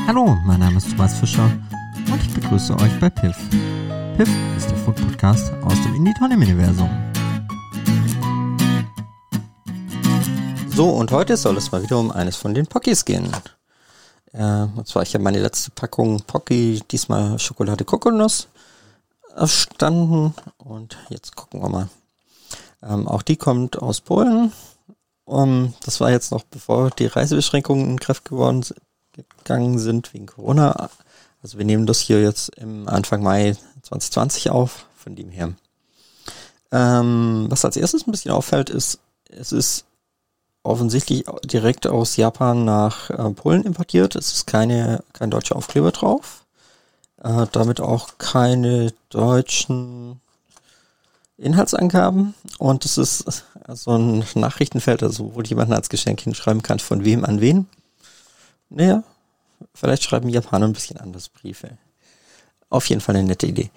Hallo, mein Name ist Thomas Fischer und ich begrüße euch bei Piff. Piff ist der Food-Podcast aus dem Indie-Tonem-Universum. So, und heute soll es mal wieder um eines von den Pockies gehen. Und zwar, ich habe meine letzte Packung Pocky, diesmal Schokolade Kokosnuss, erstanden. Und jetzt gucken wir mal. Auch die kommt aus Polen. Das war jetzt noch bevor die Reisebeschränkungen in Kraft gegangen sind wegen Corona. Also wir nehmen das hier jetzt im Anfang Mai 2020 auf, von dem her. Was als erstes ein bisschen auffällt, ist, es ist offensichtlich direkt aus Japan nach Polen importiert. Es ist kein deutscher Aufkleber drauf. Damit auch keine deutschen Inhaltsangaben. Und es ist so ein Nachrichtenfeld, also wo jemand als Geschenk hinschreiben kann, von wem an wen. Naja, vielleicht schreiben Japaner ein bisschen anders Briefe. Auf jeden Fall eine nette Idee.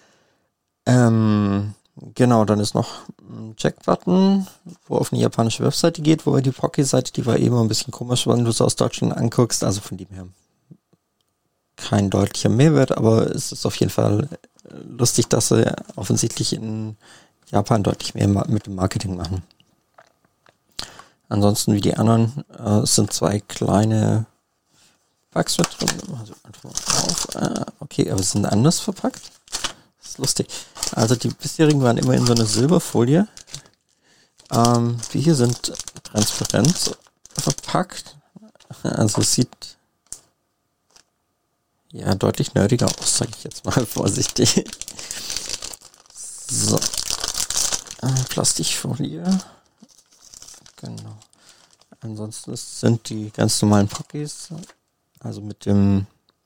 Genau, dann ist noch ein Check-Button, wo auf eine japanische Webseite geht, wo die Pocky-Seite, die war eben ein bisschen komisch, wenn du es aus Deutschland anguckst, also von dem her kein deutlicher Mehrwert, aber es ist auf jeden Fall lustig, dass sie offensichtlich in Japan deutlich mehr mit dem Marketing machen. Ansonsten wie die anderen, es sind zwei kleine Packs mit drin, also einfach mal drauf. Okay, aber sie sind anders verpackt. Das ist lustig. Also die bisherigen waren immer in so einer Silberfolie. Die hier sind transparent verpackt. Also es sieht ja deutlich nerdiger aus, sage ich jetzt mal vorsichtig. So. Plastikfolie. Genau. Ansonsten sind die ganz normalen Pockies, also mit dem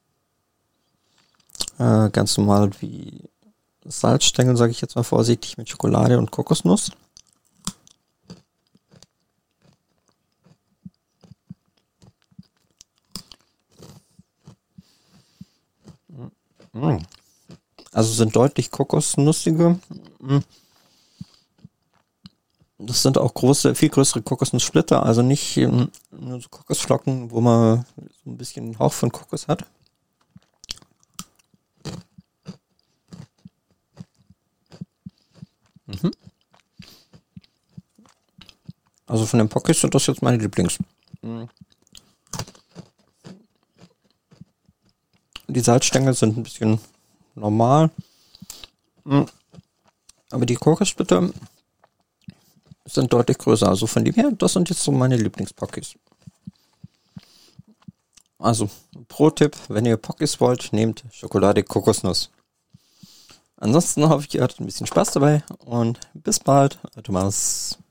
ganz normal wie Salzstängel, sage ich jetzt mal vorsichtig, mit Schokolade und Kokosnuss. Also sind deutlich kokosnussige. Das sind auch viel größere Kokosnusssplitter, also nicht nur so Kokosflocken, wo man so ein bisschen einen Hauch von Kokos hat. Also von den Pockies sind das jetzt meine Lieblings. Die Salzstängel sind ein bisschen normal. Aber die Kokossplitter sind deutlich größer. Also von dem her, das sind jetzt so meine Lieblingspockies. Also, Pro-Tipp, wenn ihr Pockies wollt, nehmt Schokolade Kokosnuss. Ansonsten hoffe ich, ihr hattet ein bisschen Spaß dabei und bis bald, Thomas.